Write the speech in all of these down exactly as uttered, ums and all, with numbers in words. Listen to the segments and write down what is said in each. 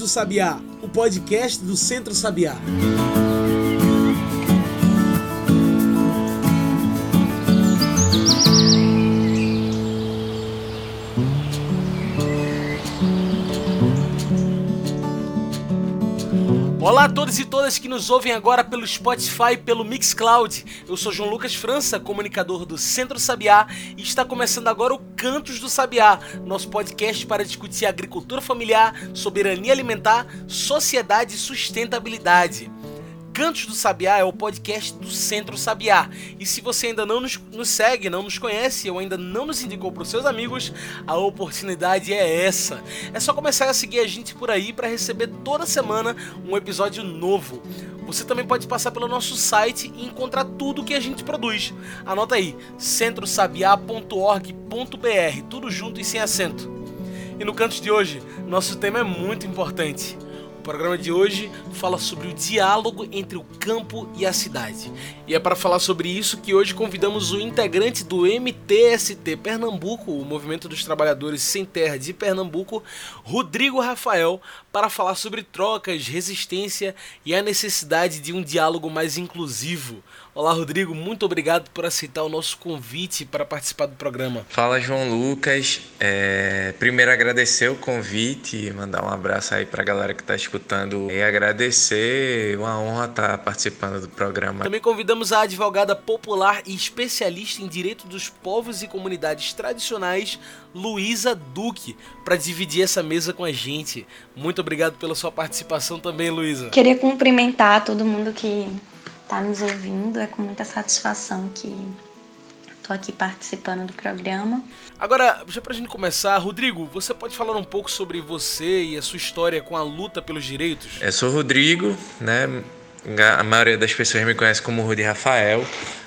Sabiá, o podcast do Centro Sabiá. Olá a todos e todas que nos ouvem agora pelo Spotify e pelo Mixcloud. Eu sou João Lucas França, comunicador do Centro Sabiá, e está começando agora o Cantos do Sabiá, nosso podcast para discutir agricultura familiar, soberania alimentar, sociedade e sustentabilidade. Cantos do Sabiá é o podcast do Centro Sabiá, e se você ainda não nos, nos segue, não nos conhece ou ainda não nos indicou para os seus amigos, a oportunidade é essa. É só começar a seguir a gente por aí para receber toda semana um episódio novo. Você também pode passar pelo nosso site e encontrar tudo que a gente produz. Anota aí, centro sabiá ponto org ponto br, tudo junto e sem acento. E no Cantos de hoje, nosso tema é muito importante. O programa de hoje fala sobre o diálogo entre o campo e a cidade. E é para falar sobre isso que hoje convidamos o integrante do M T S T Pernambuco, o Movimento dos Trabalhadores Sem Terra de Pernambuco, Rodrigo Rafael, para falar sobre trocas, resistência e a necessidade de um diálogo mais inclusivo. Olá, Rodrigo, muito obrigado por aceitar o nosso convite para participar do programa. Fala, João Lucas. É, primeiro agradecer o convite, mandar um abraço aí para a galera que está escutando e agradecer, uma honra estar participando do programa. Também convidamos a advogada popular e especialista em direito dos povos e comunidades tradicionais, Luísa Duque, para dividir essa mesa com a gente. Muito obrigado pela sua participação também, Luísa. Queria cumprimentar todo mundo que está nos ouvindo, é com muita satisfação que estou aqui participando do programa. Agora, já pra gente começar, Rodrigo, você pode falar um pouco sobre você e a sua história com a luta pelos direitos? Eu sou o Rodrigo, né? A maioria das pessoas me conhece como Rudi Rafael.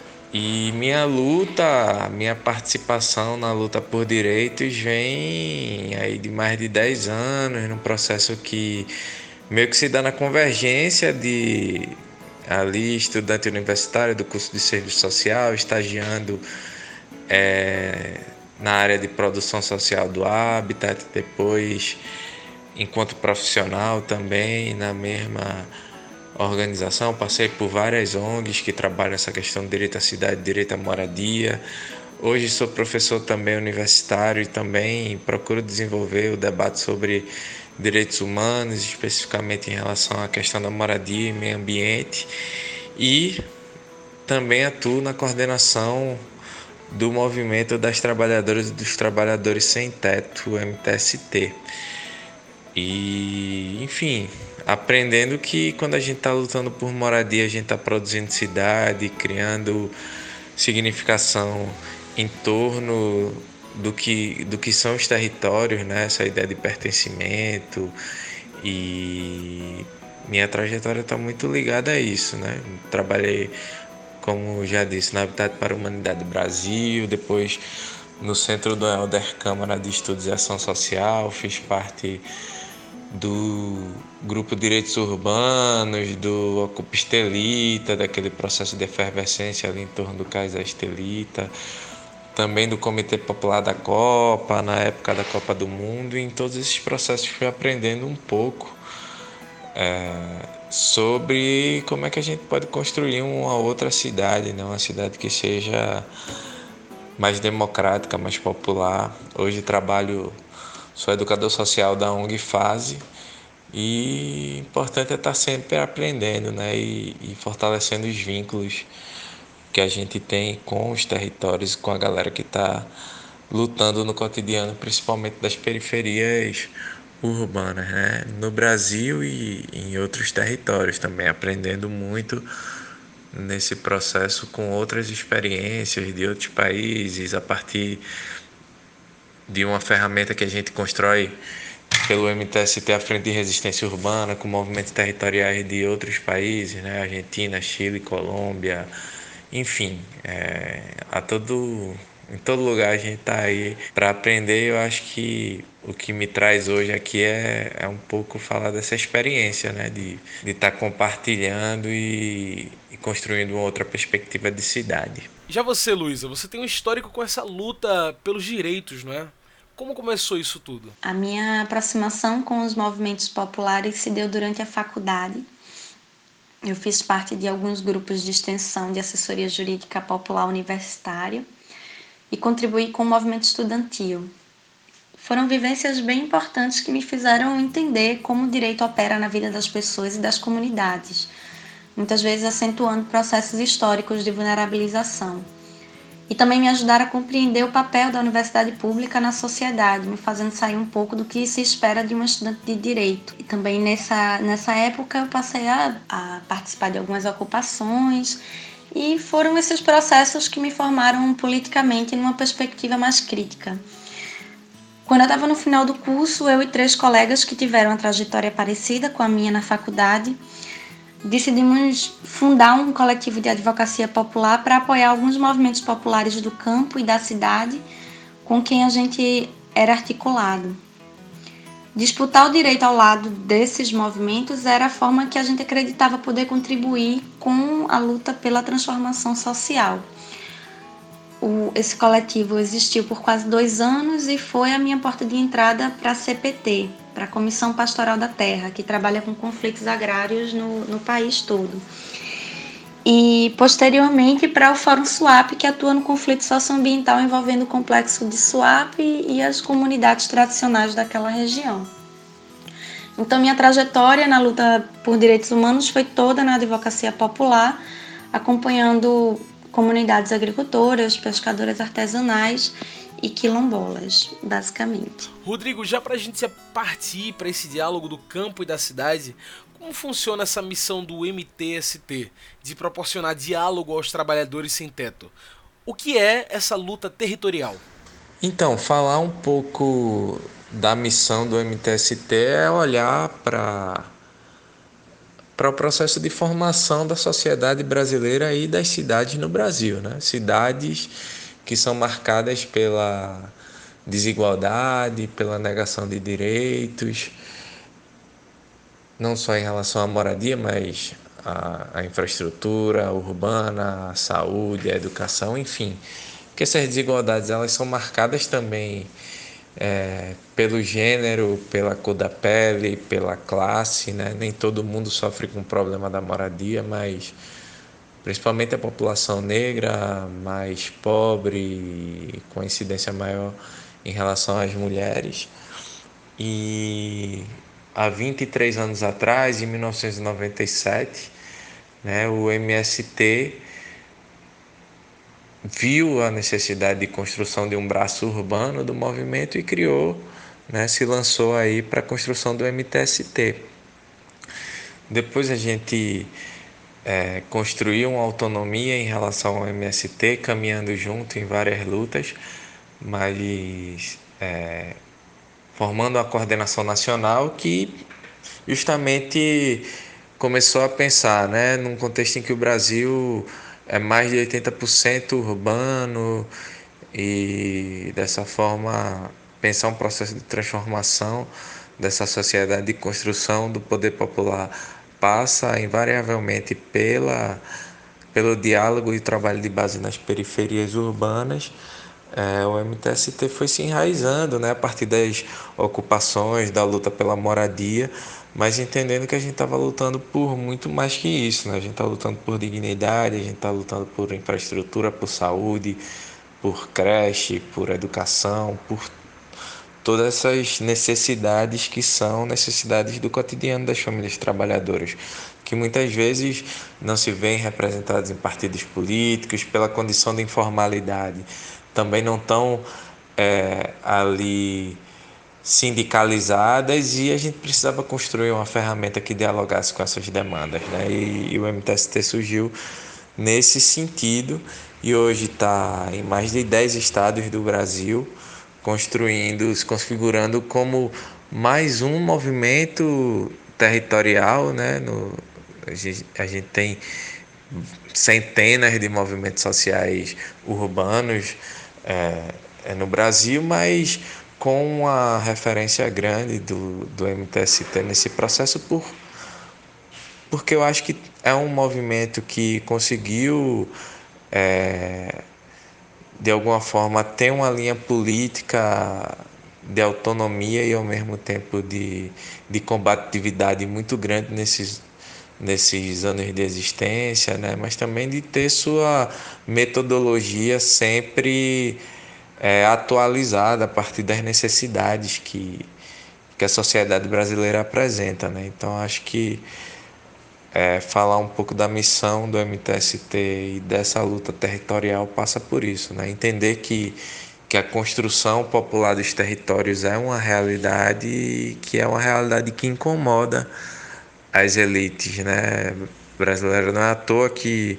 E minha luta, minha participação na luta por direitos vem aí de mais de dez anos, num processo que meio que se dá na convergência de ali estudante universitário do curso de serviço social, estagiando é, na área de produção social do Habitat, depois enquanto profissional também na mesma organização, passei por várias O N Gs que trabalham essa questão de direito à cidade, direito à moradia. Hoje sou professor também universitário e também procuro desenvolver o debate sobre direitos humanos, especificamente em relação à questão da moradia e meio ambiente, e também atuo na coordenação do movimento das trabalhadoras e dos trabalhadores sem teto, o M T S T. E, enfim, aprendendo que quando a gente está lutando por moradia, a gente está produzindo cidade, criando significação em torno do que, do que são os territórios, né? Essa ideia de pertencimento, e minha trajetória está muito ligada a isso, né? Trabalhei, como já disse, na Habitat para a Humanidade Brasil, depois no Centro do Helder Câmara de Estudos e Ação Social, fiz parte do grupo Direitos Urbanos, do Ocupa Estelita, daquele processo de efervescência ali em torno do Cais da Estelita, também do Comitê Popular da Copa, na época da Copa do Mundo, e em todos esses processos fui aprendendo um pouco é, sobre como é que a gente pode construir uma outra cidade, né? Uma cidade que seja mais democrática, mais popular. Hoje trabalho, sou educador social da O N G Fase, e importante é estar sempre aprendendo, né? e, e fortalecendo os vínculos que a gente tem com os territórios, com a galera que está lutando no cotidiano, principalmente das periferias urbanas, né? No Brasil e em outros territórios também, aprendendo muito nesse processo com outras experiências de outros países, a partir de uma ferramenta que a gente constrói pelo M T S T, a Frente de Resistência Urbana, com movimentos territoriais de outros países, né? Argentina, Chile, Colômbia, enfim, é, a todo, em todo lugar a gente está aí para aprender. Eu acho que o que me traz hoje aqui é, é um pouco falar dessa experiência, né? De estar tá compartilhando e, e construindo uma outra perspectiva de cidade. Já você, Luísa, você tem um histórico com essa luta pelos direitos, não é? Como começou isso tudo? A minha aproximação com os movimentos populares se deu durante a faculdade. Eu fiz parte de alguns grupos de extensão de assessoria jurídica popular universitária e contribuí com o movimento estudantil. Foram vivências bem importantes que me fizeram entender como o direito opera na vida das pessoas e das comunidades, muitas vezes acentuando processos históricos de vulnerabilização. E também me ajudaram a compreender o papel da universidade pública na sociedade, me fazendo sair um pouco do que se espera de uma estudante de direito. E também nessa, nessa época eu passei a, a participar de algumas ocupações e foram esses processos que me formaram politicamente numa perspectiva mais crítica. Quando eu estava no final do curso, eu e três colegas que tiveram uma trajetória parecida com a minha na faculdade, decidimos fundar um coletivo de advocacia popular para apoiar alguns movimentos populares do campo e da cidade com quem a gente era articulado. Disputar o direito ao lado desses movimentos era a forma que a gente acreditava poder contribuir com a luta pela transformação social. O, esse coletivo existiu por quase dois anos e foi a minha porta de entrada para a C P T, para a Comissão Pastoral da Terra, que trabalha com conflitos agrários no, no país todo. E, posteriormente, para o Fórum Suape, que atua no conflito socioambiental envolvendo o complexo de Suape e as comunidades tradicionais daquela região. Então, minha trajetória na luta por direitos humanos foi toda na advocacia popular, acompanhando comunidades agricultoras, pescadoras artesanais e quilombolas, basicamente. Rodrigo, já para a gente partir para esse diálogo do campo e da cidade, como funciona essa missão do M T S T, de proporcionar diálogo aos trabalhadores sem teto? O que é essa luta territorial? Então, falar um pouco da missão do M T S T é olhar para para o processo de formação da sociedade brasileira e das cidades no Brasil, né? Cidades que são marcadas pela desigualdade, pela negação de direitos, não só em relação à moradia, mas à, à infraestrutura urbana, à saúde, à educação, enfim. Porque essas desigualdades elas são marcadas também é, pelo gênero, pela cor da pele, pela classe, né? Nem todo mundo sofre com o problema da moradia, mas principalmente a população negra, mais pobre, com incidência maior em relação às mulheres. E há vinte e três anos atrás, em mil novecentos e noventa e sete, né, o M S T viu a necessidade de construção de um braço urbano do movimento e criou, né, se lançou aí para a construção do M T S T. Depois a gente é, construiu uma autonomia em relação ao M S T, caminhando junto em várias lutas, mas é, formando a coordenação nacional que justamente começou a pensar, né, num contexto em que o Brasil é mais de oitenta por cento urbano e dessa forma pensar um processo de transformação dessa sociedade de construção do poder popular passa invariavelmente pela, pelo diálogo e trabalho de base nas periferias urbanas. É, o M T S T foi se enraizando, né, a partir das ocupações, da luta pela moradia, mas entendendo que a gente estava lutando por muito mais que isso, né? A gente está lutando por dignidade, a gente está lutando por infraestrutura, por saúde, por creche, por educação, por todas essas necessidades que são necessidades do cotidiano das famílias trabalhadoras, que muitas vezes não se veem representadas em partidos políticos pela condição de informalidade. Também não estão é, ali sindicalizadas e a gente precisava construir uma ferramenta que dialogasse com essas demandas, né? E, e o M T S T surgiu nesse sentido e hoje está em mais de dez estados do Brasil, construindo, se configurando como mais um movimento territorial, né? No, a, gente, a gente tem centenas de movimentos sociais urbanos é, é no Brasil, mas com uma referência grande do, do M T S T nesse processo, por, porque eu acho que é um movimento que conseguiu, é, de alguma forma, ter uma linha política de autonomia e ao mesmo tempo de, de combatividade muito grande nesses, nesses anos de existência, né? Mas também de ter sua metodologia sempre é, atualizada a partir das necessidades que, que a sociedade brasileira apresenta, né? Então acho que é, falar um pouco da missão do M T S T e dessa luta territorial passa por isso, né? Entender que, que a construção popular dos territórios é uma realidade que é uma realidade que incomoda as elites, né, brasileiras. Não é à toa que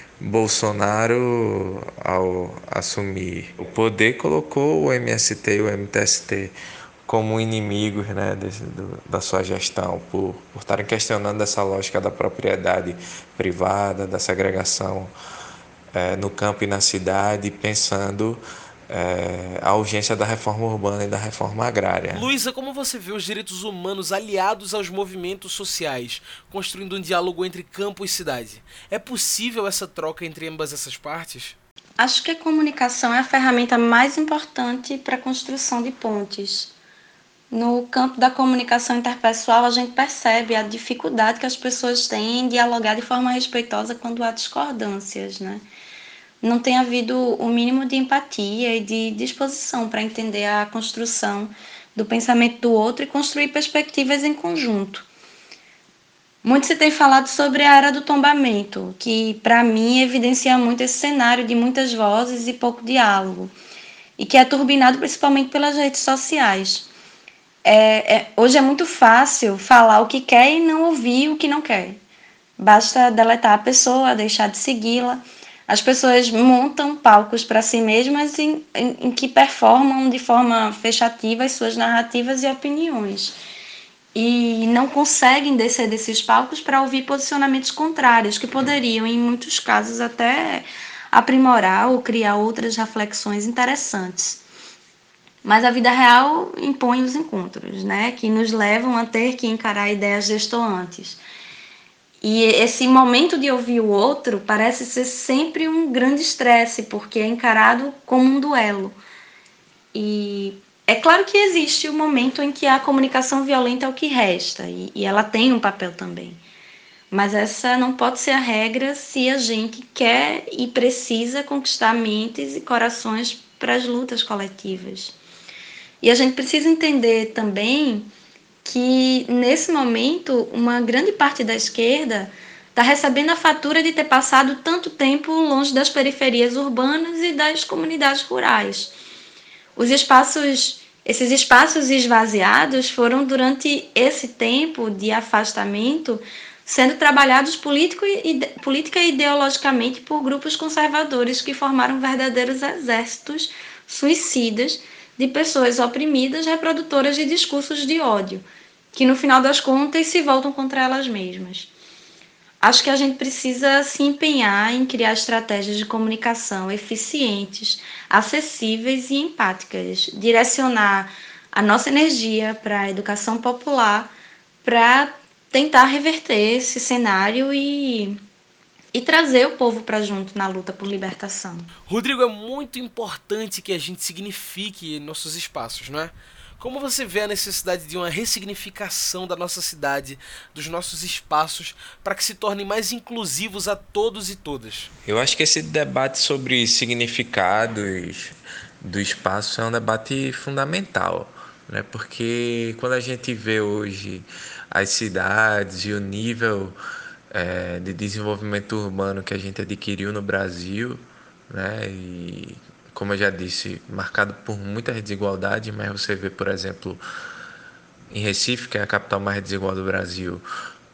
Bolsonaro, ao assumir o poder, colocou o M S T e o M T S T como inimigos, né, desse, do, da sua gestão, por, por estarem questionando essa lógica da propriedade privada, da segregação é, no campo e na cidade, pensando é, a urgência da reforma urbana e da reforma agrária. Luísa, como você vê os direitos humanos aliados aos movimentos sociais, construindo um diálogo entre campo e cidade? É possível essa troca entre ambas essas partes? Acho que a comunicação é a ferramenta mais importante para a construção de pontes. No campo da comunicação interpessoal, a gente percebe a dificuldade que as pessoas têm em dialogar de forma respeitosa quando há discordâncias, né? Não tem havido o mínimo de empatia e de disposição para entender a construção do pensamento do outro e construir perspectivas em conjunto. Muito se tem falado sobre a era do tombamento, que para mim evidencia muito esse cenário de muitas vozes e pouco diálogo, e que é turbinado principalmente pelas redes sociais. É, é, hoje é muito fácil falar o que quer e não ouvir o que não quer. Basta deletar a pessoa, deixar de segui-la. As pessoas montam palcos para si mesmas em, em, em que performam de forma fechativa as suas narrativas e opiniões. E não conseguem descer desses palcos para ouvir posicionamentos contrários, que poderiam, em muitos casos, até aprimorar ou criar outras reflexões interessantes. Mas a vida real impõe os encontros, né, que nos levam a ter que encarar ideias destoantes. E esse momento de ouvir o outro parece ser sempre um grande estresse, porque é encarado como um duelo. E é claro que existe o momento em que a comunicação violenta é o que resta, e, e ela tem um papel também. Mas essa não pode ser a regra se a gente quer e precisa conquistar mentes e corações para as lutas coletivas. E a gente precisa entender também que, nesse momento, uma grande parte da esquerda está recebendo a fatura de ter passado tanto tempo longe das periferias urbanas e das comunidades rurais. Os espaços, esses espaços esvaziados foram, durante esse tempo de afastamento, sendo trabalhados político e, política e ideologicamente por grupos conservadores que formaram verdadeiros exércitos suicidas de pessoas oprimidas, reprodutoras de discursos de ódio, que no final das contas se voltam contra elas mesmas. Acho que a gente precisa se empenhar em criar estratégias de comunicação eficientes, acessíveis e empáticas, direcionar a nossa energia para a educação popular, para tentar reverter esse cenário e e trazer o povo para junto na luta por libertação. Rodrigo, é muito importante que a gente signifique nossos espaços, não é? Como você vê a necessidade de uma ressignificação da nossa cidade, dos nossos espaços, para que se tornem mais inclusivos a todos e todas? Eu acho que esse debate sobre significados do espaço é um debate fundamental, né? Porque quando a gente vê hoje as cidades e o nível é, de desenvolvimento urbano que a gente adquiriu no Brasil, né? E como eu já disse, marcado por muitas desigualdades, mas você vê, por exemplo, em Recife, que é a capital mais desigual do Brasil,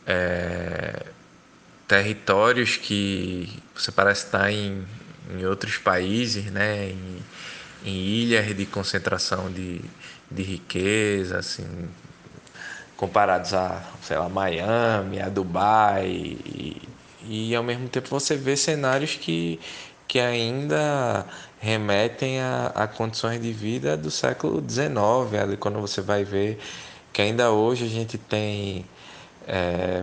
é, territórios que você parece estar em, em outros países, né? Em, em ilhas de concentração de, de riqueza, assim, comparados a, sei lá, Miami, a Dubai, e, e ao mesmo tempo você vê cenários que, que ainda remetem a, a condições de vida do século dezenove, ali quando você vai ver que ainda hoje a gente tem é,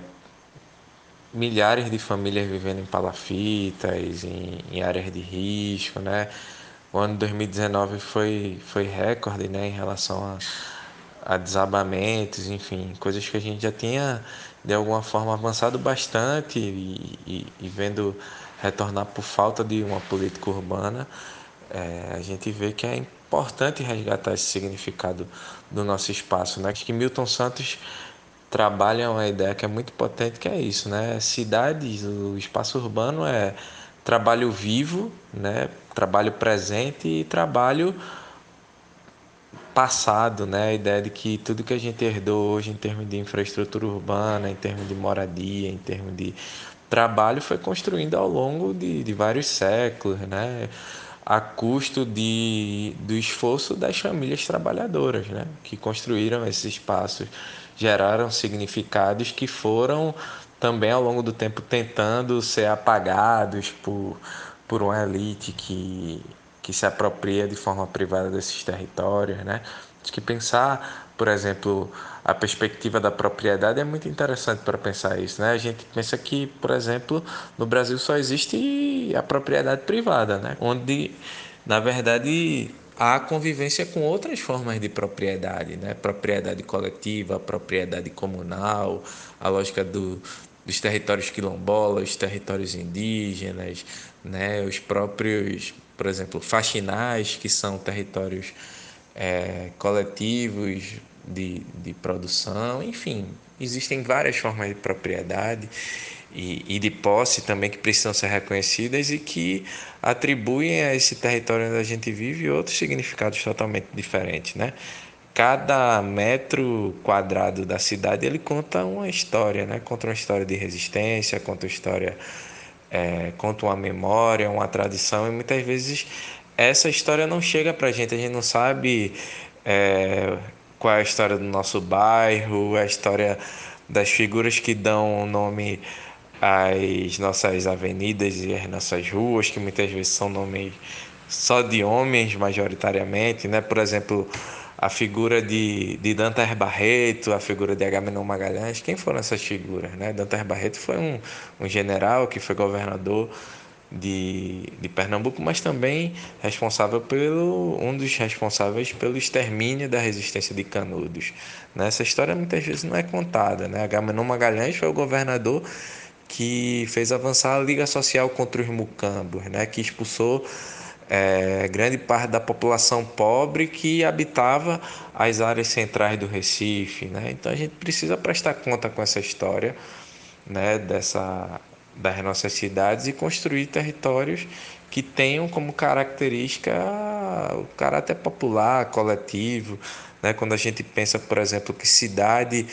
milhares de famílias vivendo em palafitas, em, em áreas de risco, né? o ano de dois mil e dezenove foi, foi recorde, né, em relação a, a desabamentos, enfim, coisas que a gente já tinha de alguma forma avançado bastante e, e, e vendo retornar por falta de uma política urbana. É, a gente vê que é importante resgatar esse significado do nosso espaço, né? Acho que Milton Santos trabalha uma ideia que é muito potente, que é isso, né? Cidades, o espaço urbano é trabalho vivo, né? Trabalho presente e trabalho passado, né? A ideia de que tudo que a gente herdou hoje em termos de infraestrutura urbana, em termos de moradia, em termos de trabalho, foi construindo ao longo de, de vários séculos, né? A custo de, do esforço das famílias trabalhadoras, né? Que construíram esses espaços, geraram significados que foram também ao longo do tempo tentando ser apagados por, por uma elite que que se apropria de forma privada desses territórios, né? Acho que pensar, por exemplo, a perspectiva da propriedade é muito interessante para pensar isso, né? A gente pensa que, por exemplo, no Brasil só existe a propriedade privada, né? Onde, na verdade, há convivência com outras formas de propriedade, né? Propriedade coletiva, propriedade comunal, a lógica do dos territórios quilombolas, os territórios indígenas, né, os próprios, por exemplo, faxinais, que são territórios é, coletivos de, de produção, enfim, existem várias formas de propriedade e, e de posse também que precisam ser reconhecidas e que atribuem a esse território onde a gente vive outros significados totalmente diferentes, né? Cada metro quadrado da cidade ele conta uma história, né? Conta uma história de resistência, conta uma história, é, conta uma memória, uma tradição, e muitas vezes essa história não chega pra gente, a gente não sabe é, qual é a história do nosso bairro, a história das figuras que dão nome às nossas avenidas e às nossas ruas, que muitas vezes são nomes só de homens majoritariamente, né? Por exemplo, a figura de, de Dantas Barreto, a figura de Agamenon Magalhães. Quem foram essas figuras, né? Dantas Barreto foi um, um general que foi governador de, de Pernambuco, mas também responsável pelo, um dos responsáveis pelo extermínio da resistência de Canudos. Né? Essa história muitas vezes não é contada, né? Agamenon Magalhães foi o governador que fez avançar a Liga Social contra os Mucambos, né? Que expulsou É, grande parte da população pobre que habitava as áreas centrais do Recife, né? Então a gente precisa prestar conta com essa história, né, dessa, das nossas cidades e construir territórios que tenham como característica o caráter popular, coletivo, né? Quando a gente pensa, por exemplo, que cidade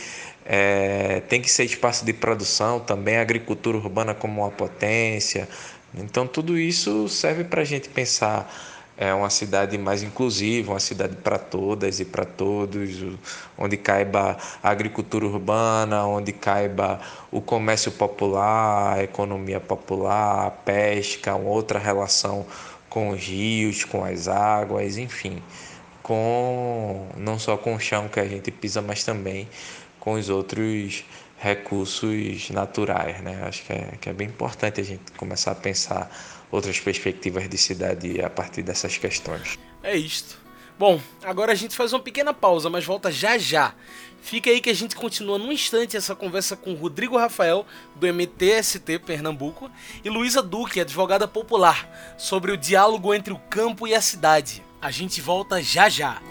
é, tem que ser espaço de produção, também a agricultura urbana como uma potência. Então tudo isso serve para a gente pensar é, uma cidade mais inclusiva, uma cidade para todas e para todos, onde caiba a agricultura urbana, onde caiba o comércio popular, a economia popular, a pesca, uma outra relação com os rios, com as águas, enfim, com não só com o chão que a gente pisa, mas também com os outros recursos naturais, né? Acho que é, que é bem importante a gente começar a pensar outras perspectivas de cidade a partir dessas questões. É isto. Bom, agora a gente faz uma pequena pausa, mas volta já já. Fica aí que a gente continua num instante essa conversa com Rodrigo Rafael, do M T S T Pernambuco, e Luísa Duque, advogada popular, sobre o diálogo entre o campo e a cidade. A gente volta já já.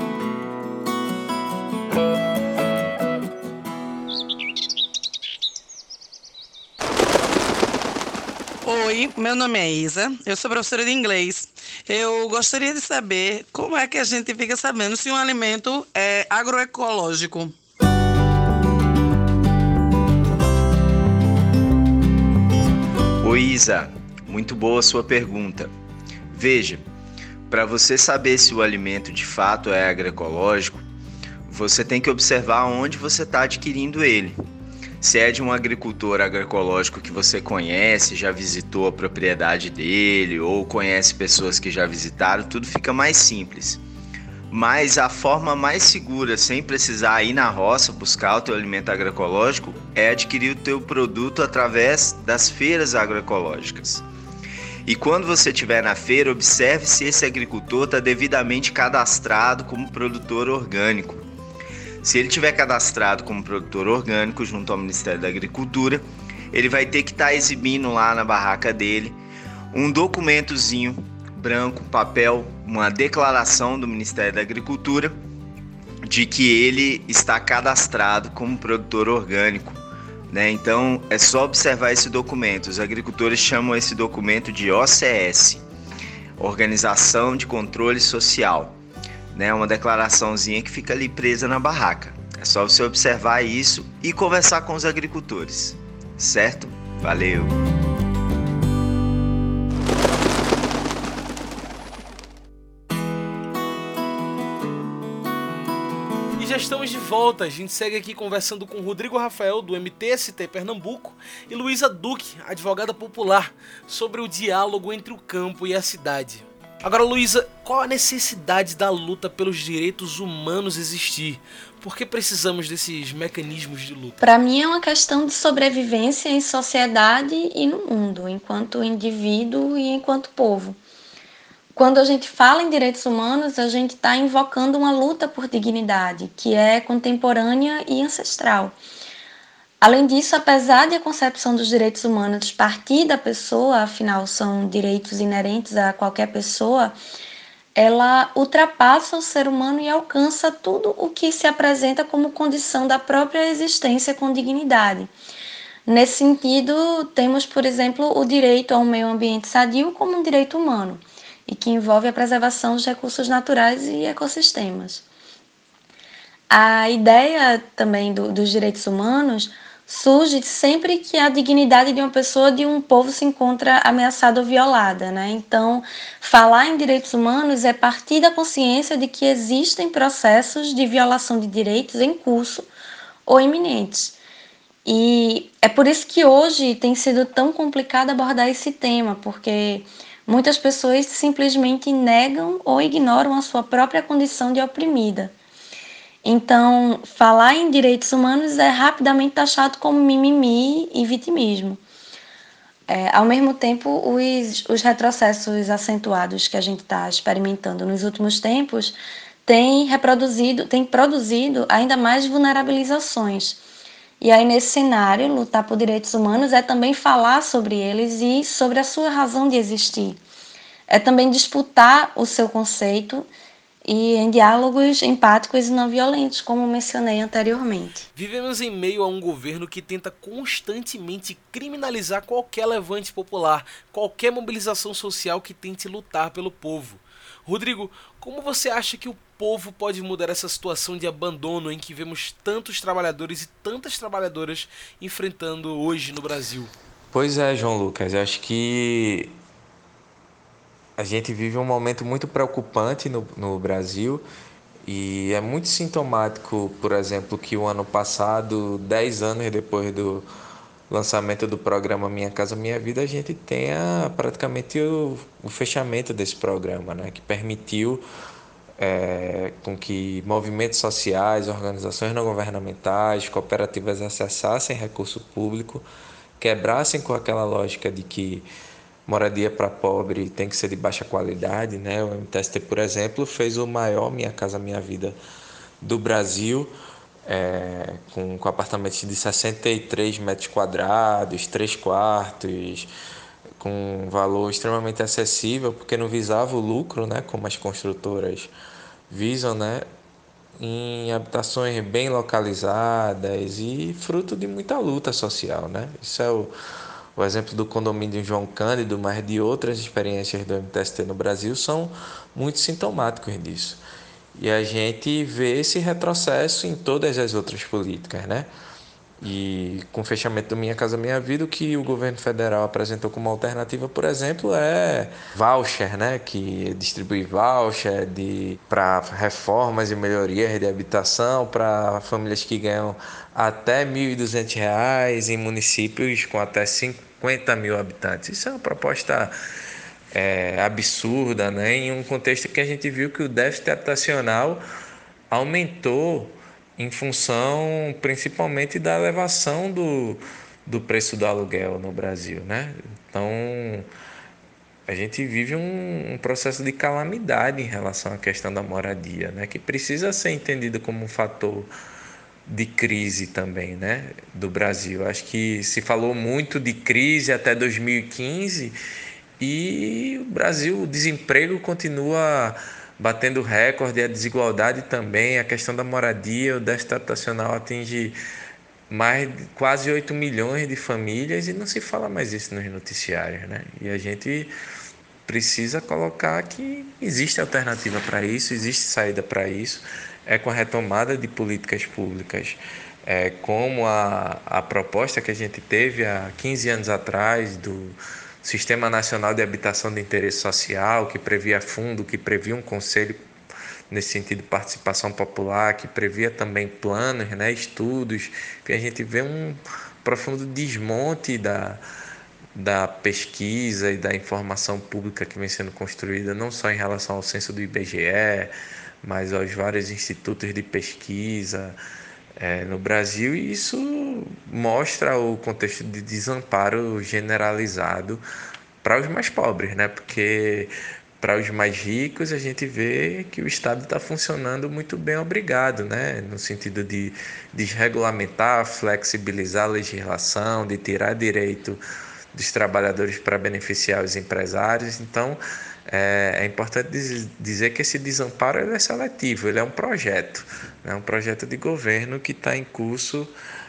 Oi, meu nome é Isa, eu sou professora de inglês. Eu gostaria de saber como é que a gente fica sabendo se um alimento é agroecológico. Oi, Isa, muito boa a sua pergunta. Veja, para você saber se o alimento de fato é agroecológico, você tem que observar onde você está adquirindo ele. Se é de um agricultor agroecológico que você conhece, já visitou a propriedade dele ou conhece pessoas que já visitaram, tudo fica mais simples. Mas a forma mais segura, sem precisar ir na roça buscar o teu alimento agroecológico, é adquirir o teu produto através das feiras agroecológicas. E quando você estiver na feira, observe se esse agricultor está devidamente cadastrado como produtor orgânico. Se ele tiver cadastrado como produtor orgânico junto ao Ministério da Agricultura, ele vai ter que estar exibindo lá na barraca dele um documentozinho branco, papel, uma declaração do Ministério da Agricultura de que ele está cadastrado como produtor orgânico, né? Então é só observar esse documento. Os agricultores chamam esse documento de O C S, Organização de Controle Social, né? Uma declaraçãozinha que fica ali presa na barraca. É só você observar isso e conversar com os agricultores, certo? Valeu! Já estamos de volta, a gente segue aqui conversando com Rodrigo Rafael, do M T S T Pernambuco, e Luísa Duque, advogada popular, sobre o diálogo entre o campo e a cidade. Agora, Luísa, qual a necessidade da luta pelos direitos humanos existir? Por que precisamos desses mecanismos de luta? Para mim é uma questão de sobrevivência em sociedade e no mundo, enquanto indivíduo e enquanto povo. Quando a gente fala em direitos humanos, a gente está invocando uma luta por dignidade, que é contemporânea e ancestral. Além disso, apesar de a concepção dos direitos humanos partir da pessoa, afinal são direitos inerentes a qualquer pessoa, ela ultrapassa o ser humano e alcança tudo o que se apresenta como condição da própria existência com dignidade. Nesse sentido, temos, por exemplo, o direito a um meio ambiente sadio como um direito humano, e que envolve a preservação dos recursos naturais e ecossistemas. A ideia também do, dos direitos humanos surge sempre que a dignidade de uma pessoa, de um povo, se encontra ameaçada ou violada, né? Então, falar em direitos humanos é partir da consciência de que existem processos de violação de direitos em curso ou iminentes. E é por isso que hoje tem sido tão complicado abordar esse tema, porque muitas pessoas simplesmente negam ou ignoram a sua própria condição de oprimida. Então, falar em direitos humanos é rapidamente taxado como mimimi e vitimismo. É, ao mesmo tempo, os, os retrocessos acentuados que a gente está experimentando nos últimos tempos têm reproduzido, têm produzido ainda mais vulnerabilizações. E aí, nesse cenário, lutar por direitos humanos é também falar sobre eles e sobre a sua razão de existir. É também disputar o seu conceito e em diálogos empáticos e não violentos, como mencionei anteriormente. Vivemos em meio a um governo que tenta constantemente criminalizar qualquer levante popular, qualquer mobilização social que tente lutar pelo povo. Rodrigo, como você acha que o povo pode mudar essa situação de abandono em que vemos tantos trabalhadores e tantas trabalhadoras enfrentando hoje no Brasil? Pois é, João Lucas, eu acho que a gente vive um momento muito preocupante no, no Brasil e é muito sintomático, por exemplo, que o ano passado, dez anos depois do lançamento do programa Minha Casa Minha Vida, a gente tenha praticamente o, o fechamento desse programa, né, que permitiu é, com que movimentos sociais, organizações não governamentais, cooperativas acessassem recurso público, quebrassem com aquela lógica de que moradia para pobre tem que ser de baixa qualidade, né? O M T S T, por exemplo, fez o maior Minha Casa Minha Vida do Brasil, é, com, com apartamentos de sessenta e três metros quadrados, três quartos, com um valor extremamente acessível, porque não visava o lucro, né? Como as construtoras visam, né? Em habitações bem localizadas e fruto de muita luta social, né? Isso é o O exemplo do condomínio de João Cândido, mas de outras experiências do M T S T no Brasil, são muito sintomáticos disso. E a gente vê esse retrocesso em todas as outras políticas, né? E com o fechamento do Minha Casa Minha Vida, o que o governo federal apresentou como alternativa, por exemplo, é voucher, né? Que distribui voucher de, para reformas e melhorias de habitação para famílias que ganham até mil e duzentos reais em municípios com até cinquenta mil habitantes. Isso é uma proposta é, absurda, né? Em um contexto que a gente viu que o déficit habitacional aumentou em função principalmente da elevação do, do preço do aluguel no Brasil, né? Então, a gente vive um, um processo de calamidade em relação à questão da moradia, né? Que precisa ser entendido como um fator de crise também, né, do Brasil. Acho que se falou muito de crise até dois mil e quinze e o Brasil, o desemprego continua batendo recorde, a desigualdade também, a questão da moradia, o déficit habitacional atinge mais de quase oito milhões de famílias e não se fala mais isso nos noticiários, né? E a gente precisa colocar que existe alternativa para isso, existe saída para isso, é com a retomada de políticas públicas, é, como a, a proposta que a gente teve há quinze anos atrás do Sistema Nacional de Habitação de Interesse Social, que previa fundo, que previa um conselho nesse sentido de participação popular, que previa também planos, né, estudos, que a gente vê um profundo desmonte da, da pesquisa e da informação pública que vem sendo construída, não só em relação ao censo do I B G E, mas aos vários institutos de pesquisa é, no Brasil, e isso mostra o contexto de desamparo generalizado para os mais pobres, né? Porque para os mais ricos a gente vê que o Estado está funcionando muito bem, obrigado, né? No sentido de desregulamentar, flexibilizar a legislação, de tirar direito dos trabalhadores para beneficiar os empresários. Então, é, é importante dizer que esse desamparo ele é seletivo, ele é um projeto, é um projeto de governo que está em curso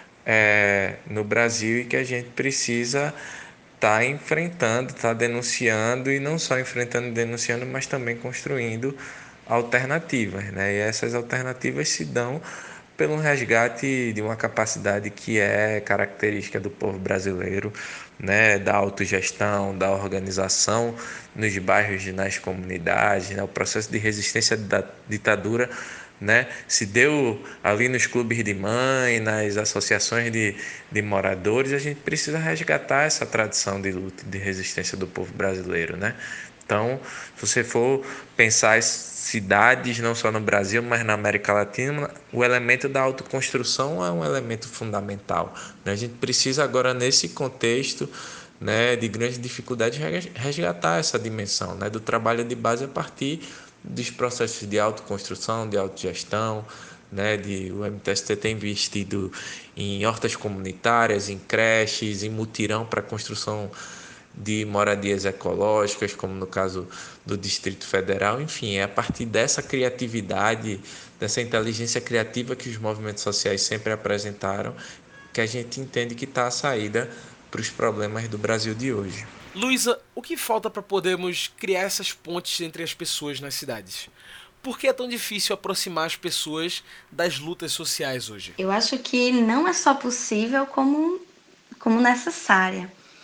é, no Brasil e que a gente precisa estar tá enfrentando, estar tá denunciando, e não só enfrentando e denunciando, mas também construindo alternativas, né? E essas alternativas se dão pelo resgate de uma capacidade que é característica do povo brasileiro, né, da autogestão, da organização nos bairros e nas comunidades, né, o processo de resistência da ditadura, né, se deu ali nos clubes de mãe, nas associações de, de moradores. A gente precisa resgatar essa tradição de luta e de resistência do povo brasileiro, né? Então, se você for pensar as cidades, não só no Brasil, mas na América Latina, o elemento da autoconstrução é um elemento fundamental. A gente precisa agora, nesse contexto, né, de grandes dificuldades, resgatar essa dimensão, né, do trabalho de base a partir dos processos de autoconstrução, de autogestão, né, de, o M T S T tem investido em hortas comunitárias, em creches, em mutirão para a construção de moradias ecológicas, como no caso do Distrito Federal. Enfim, é a partir dessa criatividade, dessa inteligência criativa que os movimentos sociais sempre apresentaram, que a gente entende que está a saída para os problemas do Brasil de hoje. Luísa, o que falta para podermos criar essas pontes entre as pessoas nas cidades? Por que é tão difícil aproximar as pessoas das lutas sociais hoje? Eu acho que não é só possível, como, como necessária.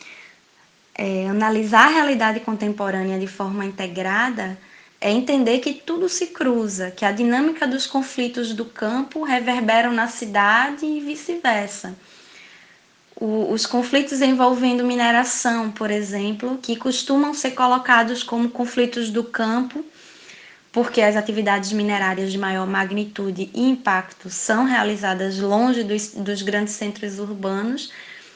É, analisar a realidade contemporânea de forma integrada é entender que tudo se cruza, que a dinâmica dos conflitos do campo reverberam na cidade e vice-versa. O, os conflitos envolvendo mineração, por exemplo, que costumam ser colocados como conflitos do campo, porque as atividades minerárias de maior magnitude e impacto são realizadas longe dos, dos grandes centros urbanos,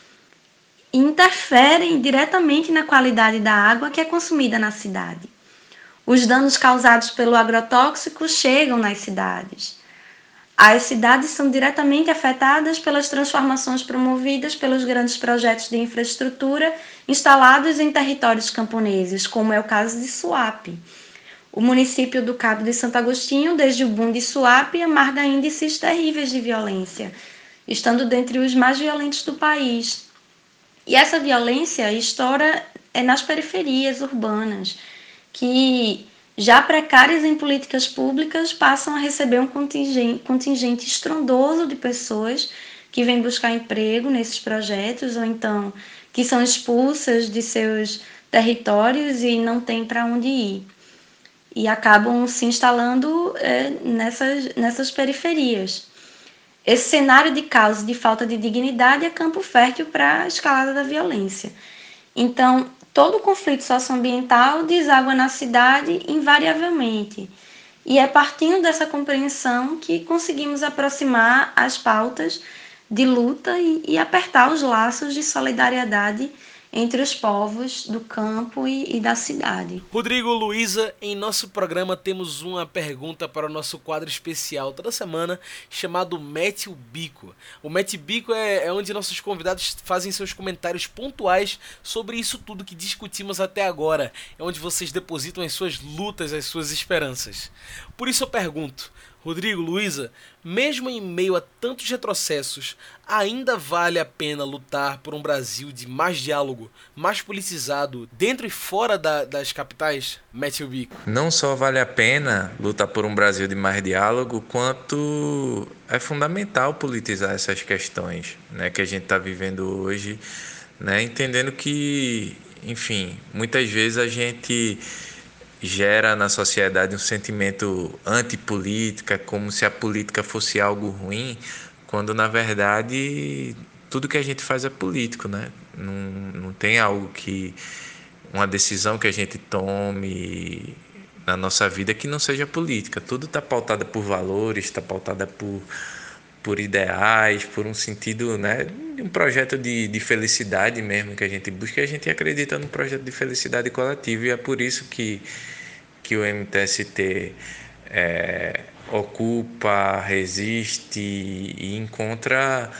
interferem diretamente na qualidade da água que é consumida na cidade. Os danos causados pelo agrotóxico chegam nas cidades. As cidades são diretamente afetadas pelas transformações promovidas pelos grandes projetos de infraestrutura instalados em territórios camponeses, como é o caso de Suape. O município do Cabo de Santo Agostinho, desde o boom de Suape, amarga índices terríveis de violência, estando dentre os mais violentos do país. E essa violência estoura é nas periferias urbanas, que, já precárias em políticas públicas, passam a receber um contingente, contingente estrondoso de pessoas que vêm buscar emprego nesses projetos, ou então que são expulsas de seus territórios e não têm para onde ir. E acabam se instalando é, nessas, nessas periferias. Esse cenário de caos e de falta de dignidade é campo fértil para a escalada da violência. Então, todo conflito socioambiental deságua na cidade invariavelmente. E é partindo dessa compreensão que conseguimos aproximar as pautas de luta e, e apertar os laços de solidariedade entre os povos do campo e, e da cidade. Rodrigo, Luísa, em nosso programa temos uma pergunta para o nosso quadro especial toda semana, chamado Mete o Bico. O Mete Bico é, é onde nossos convidados fazem seus comentários pontuais sobre isso tudo que discutimos até agora. É onde vocês depositam as suas lutas, as suas esperanças. Por isso eu pergunto, Rodrigo, Luísa, mesmo em meio a tantos retrocessos, ainda vale a pena lutar por um Brasil de mais diálogo, mais politizado, dentro e fora da, das capitais? Mete o bico. Não só vale a pena lutar por um Brasil de mais diálogo, quanto é fundamental politizar essas questões, né, que a gente está vivendo hoje, né, entendendo que, enfim, muitas vezes a gente gera na sociedade um sentimento antipolítica, como se a política fosse algo ruim, quando na verdade tudo que a gente faz é político, né? Não, não tem algo que, uma decisão que a gente tome na nossa vida que não seja política. Tudo está pautada por valores, está pautada por, por ideais, por um sentido, né, de um projeto de, de felicidade mesmo que a gente busca, e a gente acredita num projeto de felicidade coletiva, e é por isso que, que o M T S T é, ocupa, resiste e encontra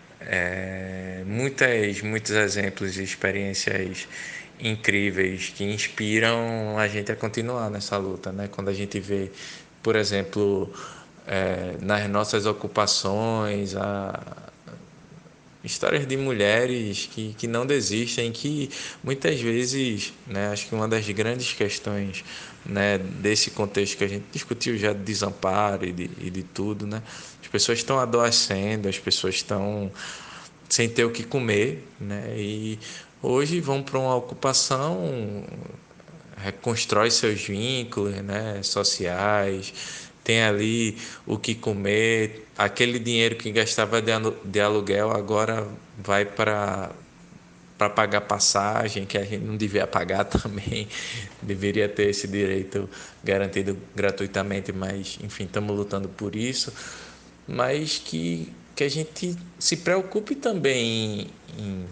é, muitas, muitos exemplos e experiências incríveis que inspiram a gente a continuar nessa luta, né? Quando a gente vê, por exemplo, é, nas nossas ocupações, a, histórias de mulheres que, que não desistem, que muitas vezes, né, acho que uma das grandes questões, né, desse contexto que a gente discutiu já de desamparo e de, e de tudo, né, as pessoas estão adoecendo, as pessoas estão sem ter o que comer, né, e hoje vão para uma ocupação, reconstrói seus vínculos, né, sociais, tem ali o que comer, aquele dinheiro que gastava de aluguel agora vai para para pagar passagem, que a gente não devia pagar também, deveria ter esse direito garantido gratuitamente, mas enfim, estamos lutando por isso, mas que, que a gente se preocupe também em, em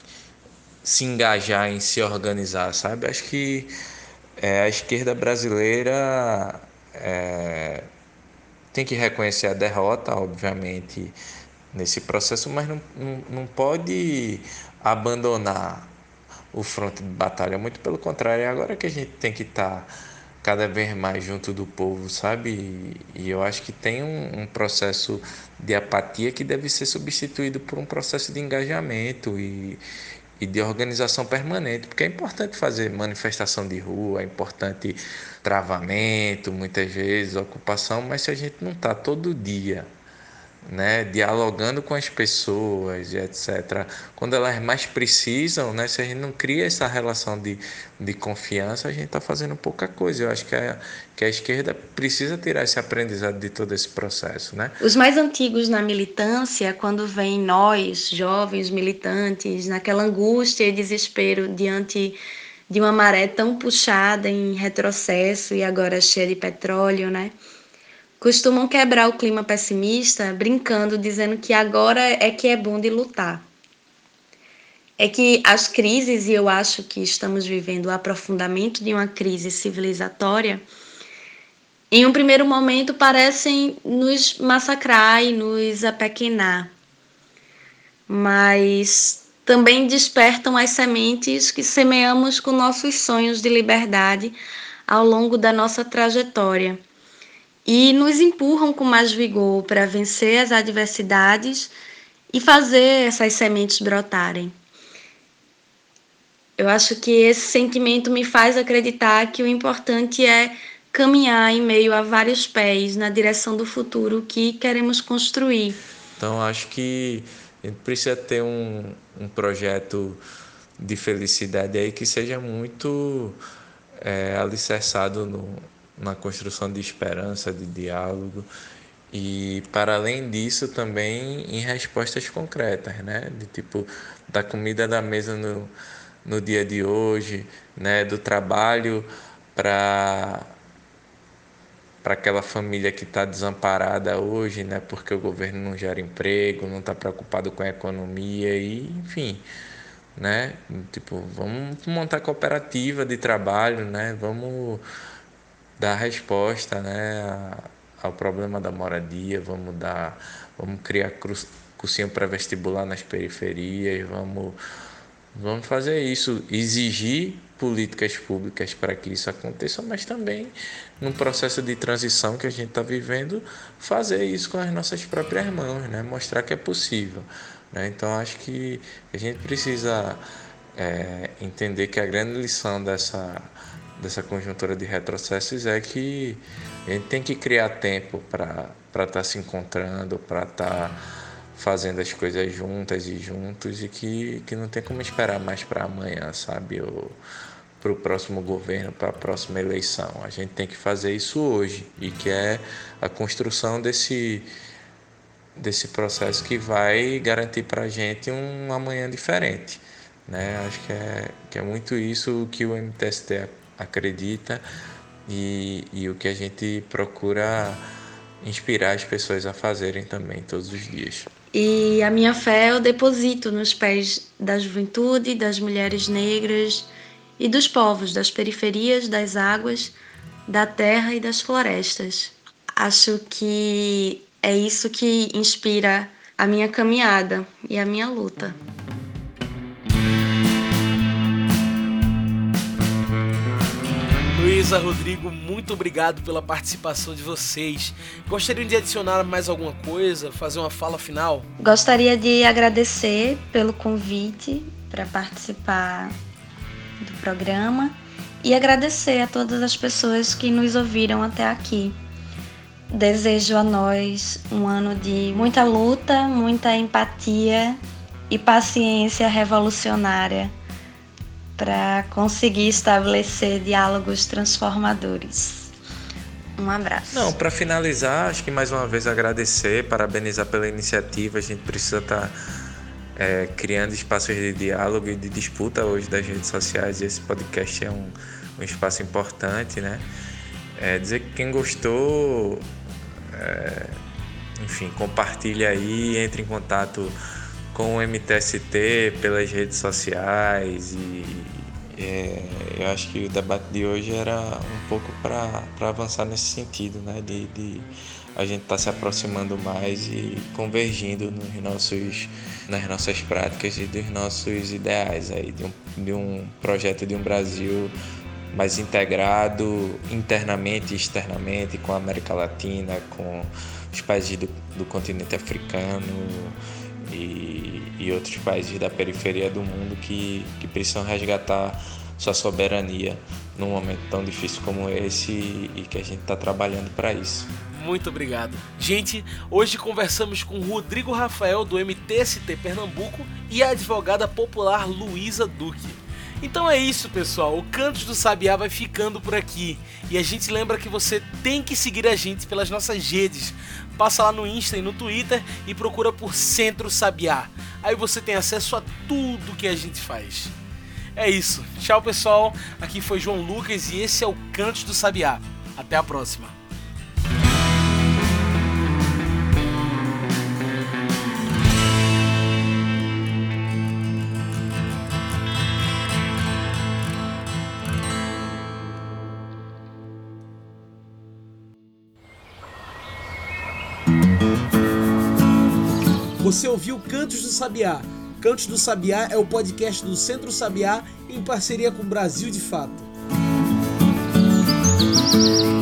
se engajar, em se organizar, sabe? Acho que é, a esquerda brasileira é, tem que reconhecer a derrota, obviamente, nesse processo, mas não, não, não pode abandonar o fronte de batalha. Muito pelo contrário, é agora que a gente tem que estar cada vez mais junto do povo, sabe? E, e eu acho que tem um, um processo de apatia que deve ser substituído por um processo de engajamento e, e de organização permanente, porque é importante fazer manifestação de rua, é importante travamento, muitas vezes, ocupação, mas se a gente não está todo dia, né, dialogando com as pessoas e etcétera, quando elas mais precisam, né, se a gente não cria essa relação de, de confiança, a gente está fazendo pouca coisa. Eu acho que a, que a esquerda precisa tirar esse aprendizado de todo esse processo, né? Os mais antigos na militância, quando vêm nós, jovens militantes, naquela angústia e desespero diante de uma maré tão puxada em retrocesso e agora cheia de petróleo, né? Costumam quebrar o clima pessimista brincando, dizendo que agora é que é bom de lutar. É que as crises, e eu acho que estamos vivendo o aprofundamento de uma crise civilizatória, em um primeiro momento parecem nos massacrar e nos apequenar, mas também despertam as sementes que semeamos com nossos sonhos de liberdade ao longo da nossa trajetória e nos empurram com mais vigor para vencer as adversidades e fazer essas sementes brotarem. Eu acho que esse sentimento me faz acreditar que o importante é caminhar em meio a vários pés na direção do futuro que queremos construir. Então, acho que a gente precisa ter um, um projeto de felicidade aí que seja muito é, alicerçado no, na construção de esperança, de diálogo e, para além disso, também em respostas concretas, né? De tipo, da comida da mesa no, no dia de hoje, né? Do trabalho para para aquela família que está desamparada hoje, né? Porque o governo não gera emprego, não está preocupado com a economia e, enfim, né? Tipo, vamos montar cooperativa de trabalho, né? Vamos dar resposta, né, ao problema da moradia, vamos dar, vamos criar cursinho pré-vestibular nas periferias, vamos, vamos fazer isso, exigir políticas públicas para que isso aconteça, mas também num processo de transição que a gente está vivendo, fazer isso com as nossas próprias mãos, né? Mostrar que é possível, né? Então acho que a gente precisa é, entender que a grande lição dessa dessa conjuntura de retrocessos é que a gente tem que criar tempo para para estar se encontrando, para estar fazendo as coisas juntas e juntos, e que, que não tem como esperar mais para amanhã, sabe? Ou para o próximo governo, para a próxima eleição. A gente tem que fazer isso hoje, e que é a construção desse, desse processo que vai garantir para a gente um amanhã diferente, né? Acho que é, que é muito isso que o M T S T acredita e, e o que a gente procura inspirar as pessoas a fazerem também todos os dias. E a minha fé eu deposito nos pés da juventude, das mulheres negras e dos povos das periferias, das águas, da terra e das florestas. Acho que é isso que inspira a minha caminhada e a minha luta. Luísa, Rodrigo, muito obrigado pela participação de vocês. Gostariam de adicionar mais alguma coisa, fazer uma fala final? Gostaria de agradecer pelo convite para participar do programa e agradecer a todas as pessoas que nos ouviram até aqui. Desejo a nós um ano de muita luta, muita empatia e paciência revolucionária para conseguir estabelecer diálogos transformadores. Um abraço. Não, para finalizar, acho que mais uma vez agradecer, parabenizar pela iniciativa. A gente precisa estar é, criando espaços de diálogo e de disputa hoje das redes sociais, e esse podcast é um, um espaço importante, né? É, dizer que quem gostou, é, enfim, compartilha aí, entre em contato com o M T S T pelas redes sociais, e é, eu acho que o debate de hoje era um pouco para avançar nesse sentido, né? De, de a gente estar tá se aproximando mais e convergindo nos nossos, nas nossas práticas e dos nossos ideais aí, de um, de um projeto de um Brasil mais integrado internamente e externamente com a América Latina, com os países do, do continente africano e, e outros países da periferia do mundo que, que precisam resgatar sua soberania num momento tão difícil como esse, e, e que a gente está trabalhando para isso. Muito obrigado. Gente, hoje conversamos com Rodrigo Rafael do M T S T Pernambuco e a advogada popular Luísa Duque. Então é isso, pessoal, o Cantos do Sabiá vai ficando por aqui, e a gente lembra que você tem que seguir a gente pelas nossas redes. Passa lá no Insta e no Twitter e procura por Centro Sabiá. Aí você tem acesso a tudo que a gente faz. É isso, tchau pessoal, aqui foi João Lucas e esse é o Cantos do Sabiá. Até a próxima. Você ouviu Cantos do Sabiá. Cantos do Sabiá é o podcast do Centro Sabiá em parceria com o Brasil de Fato.